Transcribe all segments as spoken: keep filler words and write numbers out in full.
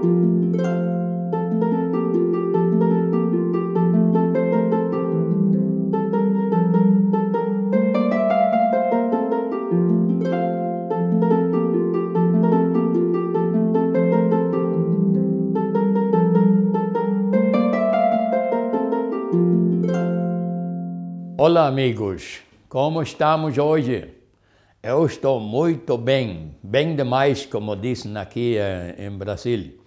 Olá, amigos! Como estamos hoje? Eu estou muito bem, bem demais, como dizem aqui em Brasil.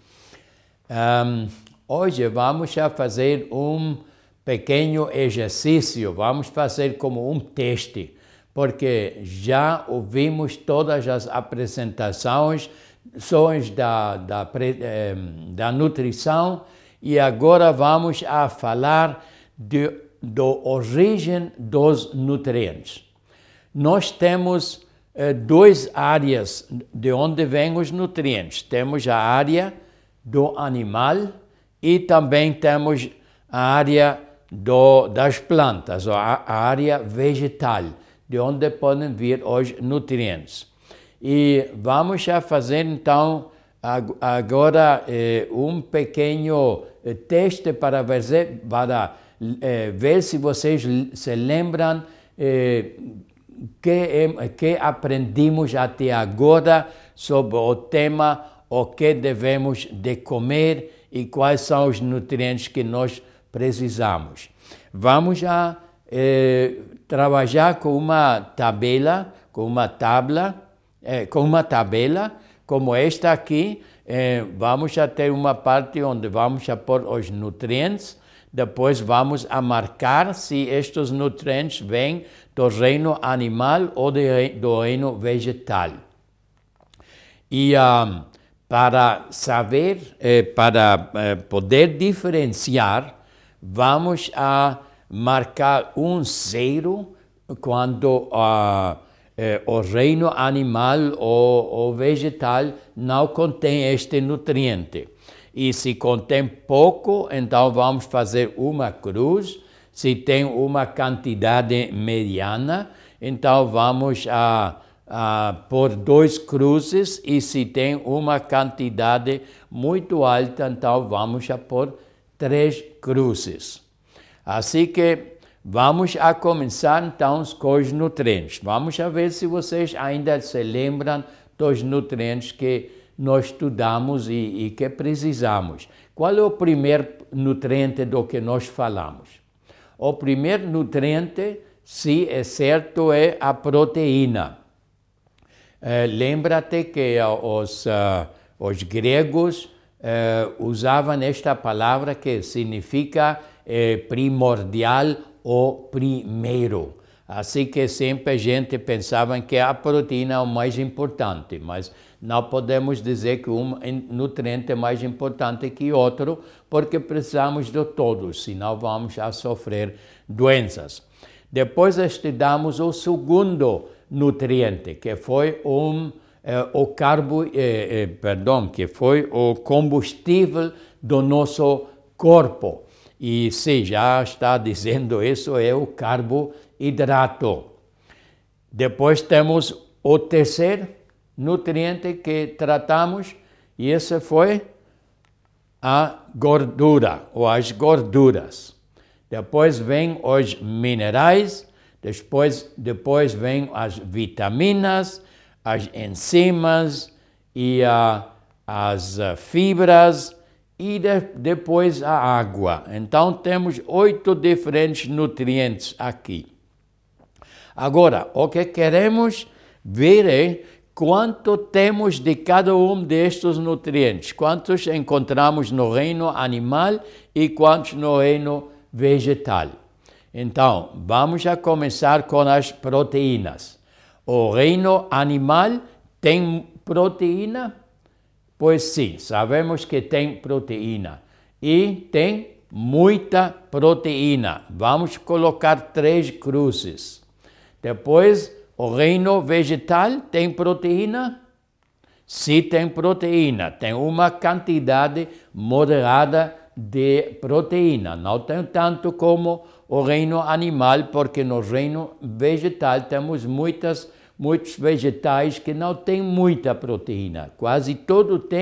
Um, hoje vamos a fazer um pequeno exercício, vamos fazer como um teste, porque já ouvimos todas as apresentações da, da, da nutrição e agora vamos a falar de da origem dos nutrientes. Nós temos eh, duas áreas de onde vêm os nutrientes. Temos a área do animal e também temos a área do, das plantas, a, a área vegetal, de onde podem vir os nutrientes. E vamos a fazer então agora eh, um pequeno teste para ver, para É, ver se vocês se lembram é, que, que aprendimos até agora sobre o tema o que devemos de comer e quais são os nutrientes que nós precisamos. Vamos a é, trabalhar com uma tabela, com uma tabla, é, com uma tabela como esta aqui. É, vamos a ter uma parte onde vamos a pôr os nutrientes. Depois vamos a marcar se estes nutrientes vêm do reino animal ou de, do reino vegetal. E um, para saber, eh, para eh, poder diferenciar, vamos a marcar um zero quando uh, eh, o reino animal ou, ou vegetal não contém este nutriente. E se contém pouco, então vamos fazer uma cruz. Se tem uma quantidade mediana, então vamos a, a pôr dois cruzes. E se tem uma quantidade muito alta, então vamos a pôr três cruzes. Assim que vamos a começar então com os nutrientes. Vamos a ver se vocês ainda se lembram dos nutrientes que nós estudamos e, e que precisamos. Qual é o primeiro nutriente do que nós falamos? O primeiro nutriente, se é certo, é a proteína. É, lembra-te que os, uh, os gregos uh, usavam esta palavra que significa uh, primordial ou primeiro. Assim que sempre a gente pensava que a proteína é o mais importante, mas não podemos dizer que um nutriente é mais importante que outro, porque precisamos de todos, senão vamos a sofrer doenças. Depois estudamos o segundo nutriente, que foi um, eh, o carbo, eh, eh, perdão, que foi o combustível do nosso corpo. E se já está dizendo isso, é o carboidrato. Depois temos o terceiro nutriente que tratamos, e esse foi a gordura, ou as gorduras. Depois vem os minerais, depois, depois vem as vitaminas, as enzimas e a, as fibras, e de, depois a água. Então temos oito diferentes nutrientes aqui. Agora, o que queremos ver é quanto temos de cada um destes nutrientes, quantos encontramos no reino animal e quantos no reino vegetal. Então, vamos a começar com as proteínas. O reino animal tem proteína? Pois sim, sabemos que tem proteína. E tem muita proteína. Vamos colocar três cruzes. Depois, o reino vegetal tem proteína? Se tem proteína, tem uma quantidade moderada de proteína. Não tem tanto como o reino animal, porque no reino vegetal temos muitas, muitos vegetais que não têm muita proteína. Quase todo tem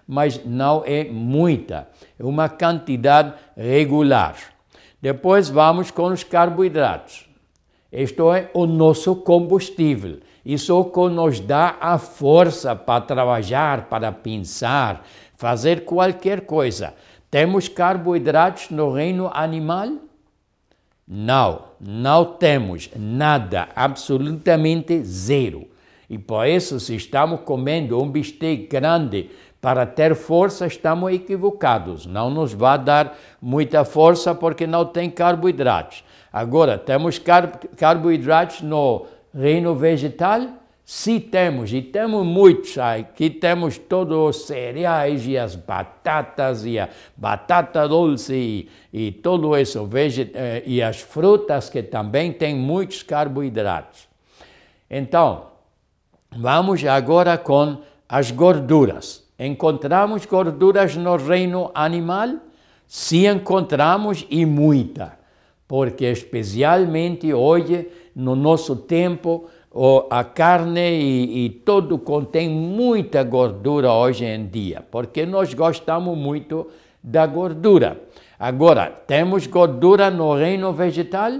mas não é muita. É uma quantidade regular. Depois vamos com os carboidratos. Este é o nosso combustível. Isso é o que nos dá a força para trabalhar, para pensar, fazer qualquer coisa. Temos carboidratos no reino animal? Não, não temos nada, absolutamente zero. E por isso, se estamos comendo um bistec grande para ter força, estamos equivocados. Não nos vai dar muita força porque não tem carboidratos. Agora, temos car carboidratos no reino vegetal? Sim, temos, e temos muitos. Aqui temos todos os cereais e as batatas e a batata doce e, e tudo isso, e as frutas que também têm muitos carboidratos. Então, vamos agora com as gorduras. Encontramos gorduras no reino animal? Sim, encontramos e muita, porque especialmente hoje, no nosso tempo, a carne e, e tudo contém muita gordura hoje em dia, porque nós gostamos muito da gordura. Agora, temos gordura no reino vegetal?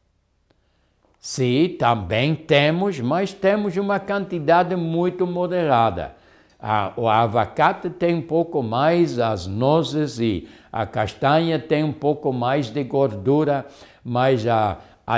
Sim, também temos, mas temos uma quantidade muito moderada. A, o abacate tem um pouco mais, as nozes e a castanha tem um pouco mais de gordura, mas a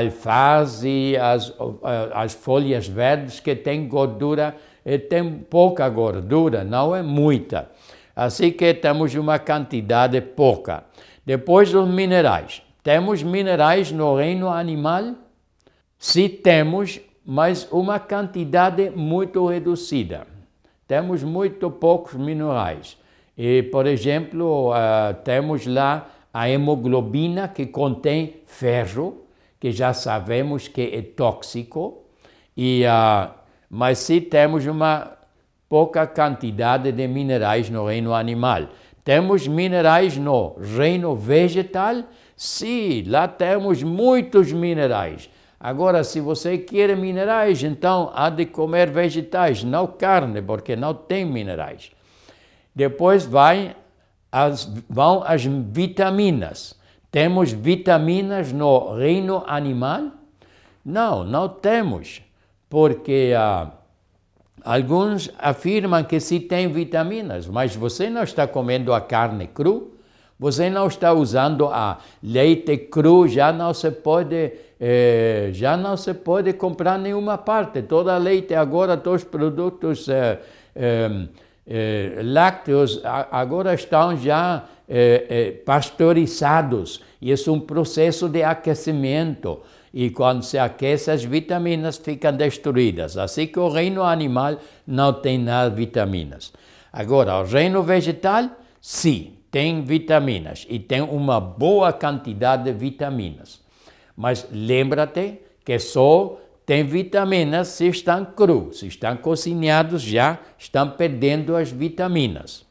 alface, as, as folhas verdes que têm gordura, tem pouca gordura, não é muita. Assim que temos uma quantidade pouca. Depois os minerais. Temos minerais no reino animal? Sim, temos, mas uma quantidade muito reduzida. Temos muito poucos minerais. E, por exemplo, uh, temos lá a hemoglobina, que contém ferro, que já sabemos que é tóxico, e, uh, mas sim temos uma pouca quantidade de minerais no reino animal. Temos minerais no reino vegetal? Sim, lá temos muitos minerais. Agora, se você quer minerais, então há de comer vegetais, não carne, porque não tem minerais. Depois vai as, vão as vitaminas. Temos vitaminas no reino animal? Não, não temos, porque ah, alguns afirmam que sim tem vitaminas, mas você não está comendo a carne cru, você não está usando a leite cru, já não se pode, eh, já não se pode comprar nenhuma parte. Toda a leite agora, todos os produtos eh, eh, eh, lácteos agora estão já eh, eh, pasteurizados. E isso é um processo de aquecimento. E quando se aquece, as vitaminas ficam destruídas. Assim que o reino animal não tem nada de vitaminas. Agora, o reino vegetal, sim, tem vitaminas e tem uma boa quantidade de vitaminas. Mas lembra-te que só tem vitaminas se estão crus. Se estão cozinhados, já estão perdendo as vitaminas.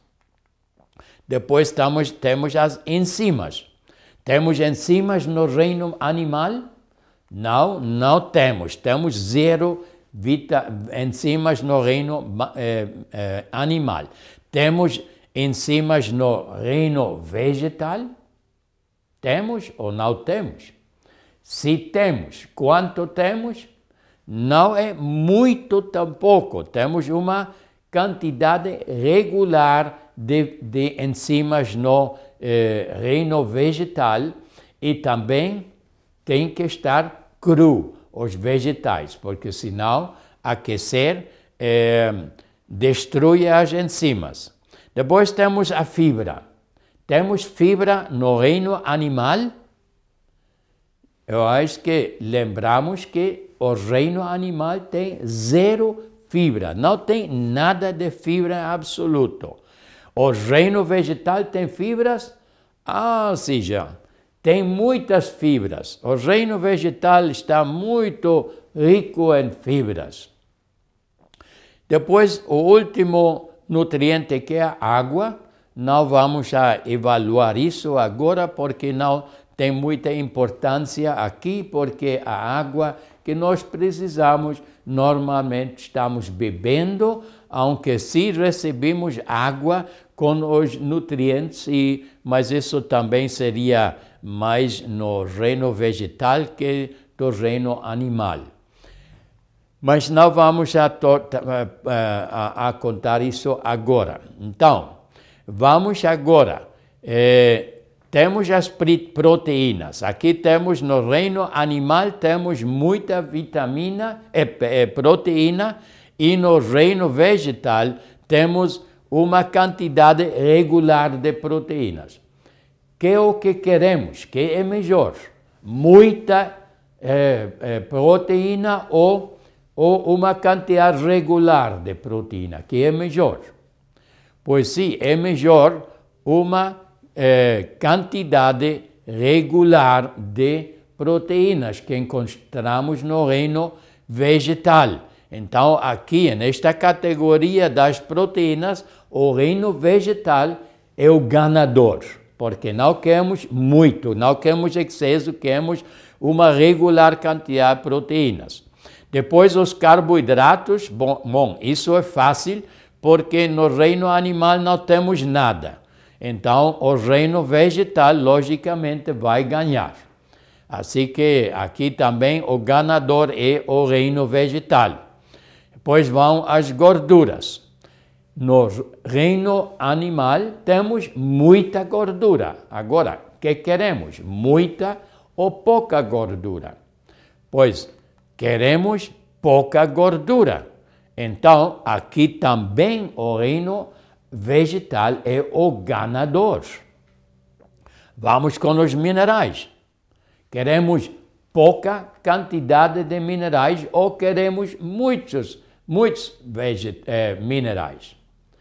Depois estamos, temos as enzimas. Temos enzimas no reino animal? Não, não temos. Temos zero vita, enzimas no reino eh, eh, animal. Temos enzimas no reino vegetal? Temos ou não temos? Se temos, quanto temos? Não é muito tampouco. Temos uma quantidade regular de, de enzimas no eh, reino vegetal e também tem que estar cru os vegetais, porque senão aquecer eh, destrói as enzimas. Depois temos a fibra. Temos fibra no reino animal? Eu acho que lembramos que o reino animal tem zero fibra, não tem nada de fibra absoluto. O reino vegetal tem fibras? Ah, sim, já. Tem muitas fibras. O reino vegetal está muito rico em fibras. Depois, o último nutriente, que é a água. Não vamos a evaluar isso agora, porque não tem muita importância aqui, porque a água que nós precisamos, normalmente estamos bebendo, aunque se recebemos água com os nutrientes, e, mas isso também seria mais no reino vegetal que do reino animal. Mas não vamos a, a, a contar isso agora. Então, vamos agora. Eh, temos as proteínas. Aqui temos no reino animal, temos muita vitamina e eh, proteína, e no reino vegetal temos uma quantidade regular de proteínas. Que é o que queremos? Que é melhor? Muita eh, eh, proteína ou, ou uma quantidade regular de proteína? Que é melhor? Pois sim, é melhor uma eh, quantidade regular de proteínas que encontramos no reino vegetal. Então, aqui, nesta categoria das proteínas, o reino vegetal é o ganador, porque não queremos muito, não queremos excesso, queremos uma regular quantidade de proteínas. Depois, os carboidratos, bom, bom, isso é fácil, porque no reino animal não temos nada. Então, o reino vegetal, logicamente, vai ganhar. Assim que aqui também o ganador é o reino vegetal. Depois vão as gorduras. No reino animal temos muita gordura. Agora, o que queremos? Muita ou pouca gordura? Pois queremos pouca gordura. Então, aqui também o reino vegetal é o ganador. Vamos com os minerais. Queremos pouca quantidade de minerais ou queremos muitos, muitos veget eh, minerais?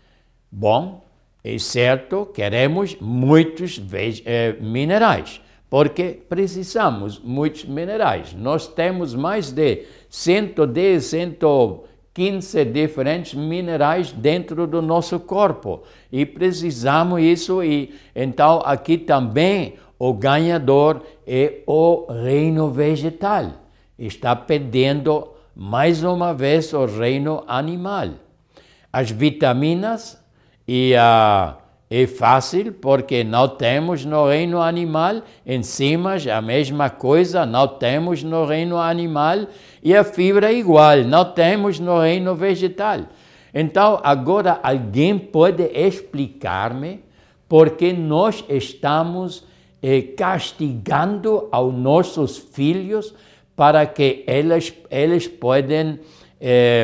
Bom, é certo, queremos muitos eh, minerais, porque precisamos muitos minerais. Nós temos mais de cento e dez, cento e quinze diferentes minerais dentro do nosso corpo e precisamos isso, e então aqui também o ganhador é o reino vegetal. Está perdendo mais uma vez o reino animal. As vitaminas, e uh, é fácil porque não temos no reino animal, enzimas a mesma coisa, não temos no reino animal, e a fibra igual, não temos no reino vegetal. Então, agora alguém pode explicar-me por que nós estamos eh, castigando aos nossos filhos para que eles, eles podem... Eh,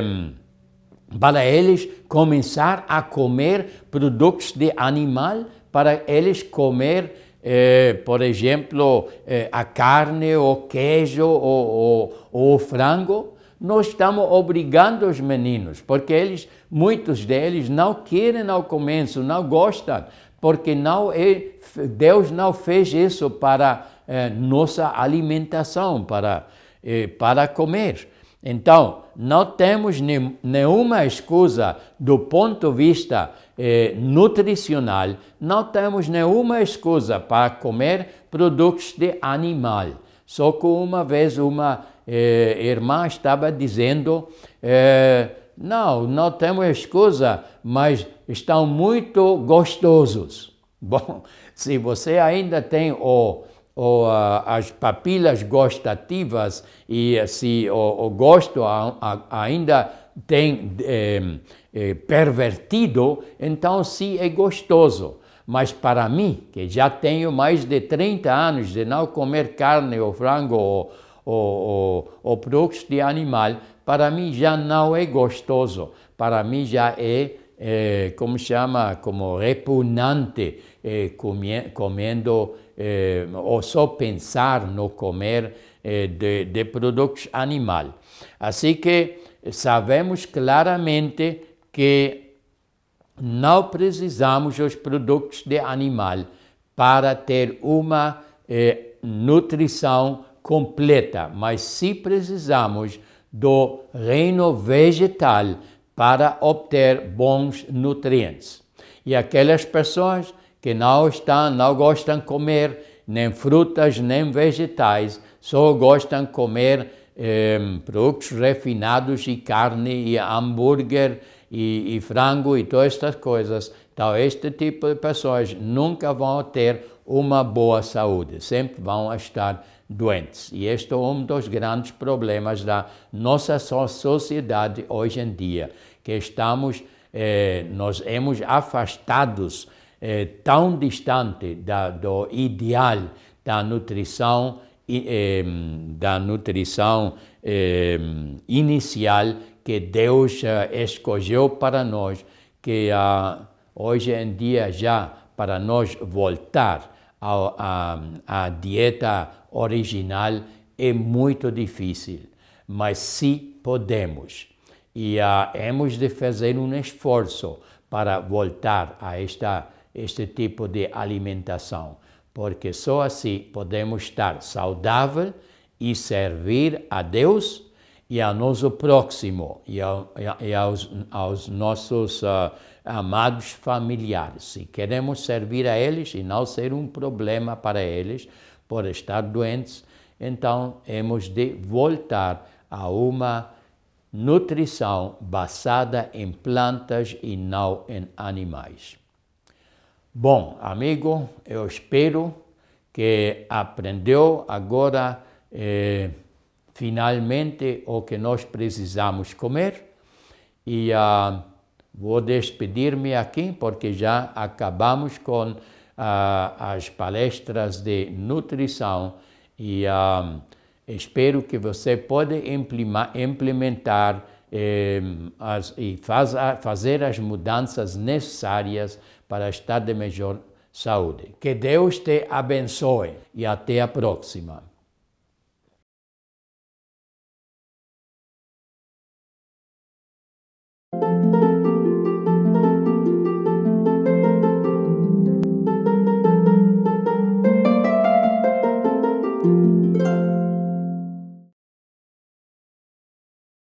para eles começar a comer produtos de animal, para eles comer, eh, por exemplo, eh, a carne, o queijo, ou o frango. Nós estamos obrigando os meninos, porque eles, muitos deles não querem ao começo, não gostam, porque não é, Deus não fez isso para eh, nossa alimentação, para, eh, para comer. Então, não temos nenhuma excusa do ponto de vista eh, nutricional, não temos nenhuma excusa para comer produtos de animal. Só que uma vez uma eh, irmã estava dizendo, eh, não, não temos excusa, mas estão muito gostosos. Bom, se você ainda tem o... ou uh, as papilas gustativas e se o, o gosto a, a, ainda tem eh, eh, pervertido, então sim é gostoso. Mas para mim, que já tenho mais de trinta anos de não comer carne ou frango ou, ou, ou, ou produtos de animal, para mim já não é gostoso. Para mim já é, eh, como chama, como repugnante, eh, comendo, comendo Eh, ou só pensar no comer eh, de, de produtos animais. Assim que sabemos claramente que não precisamos dos produtos de animal para ter uma eh, nutrição completa, mas sim precisamos do reino vegetal para obter bons nutrientes. E aquelas pessoas que não estão, não gostam de comer nem frutas, nem vegetais, só gostam de comer eh, produtos refinados e carne, e hambúrguer, e, e frango, e todas estas coisas, Então, este tipo de pessoas nunca vão ter uma boa saúde, sempre vão estar doentes. E este é um dos grandes problemas da nossa sociedade hoje em dia, que estamos, eh, nos hemos afastados eh, tão distante da, do ideal da nutrição, eh, da nutrição eh, inicial que Deus eh, escolheu para nós, que ah, hoje em dia já para nós voltar à, à, à dieta original é muito difícil, mas sim podemos. E uh, hemos de fazer um esforço para voltar a esta, este tipo de alimentação, porque só assim podemos estar saudável e servir a Deus e ao nosso próximo e, ao, e aos, aos nossos uh, amados familiares. Se queremos servir a eles e não ser um problema para eles por estar doentes, então hemos de voltar a uma nutrição baseada em plantas e não em animais. Bom, amigo, eu espero que aprendeu agora eh, finalmente o que nós precisamos comer e uh, vou despedir-me aqui porque já acabamos com uh, as palestras de nutrição e uh, espero que você possa implementar eh, as, e faz, fazer as mudanças necessárias para estar de melhor saúde. Que Deus te abençoe e até a próxima.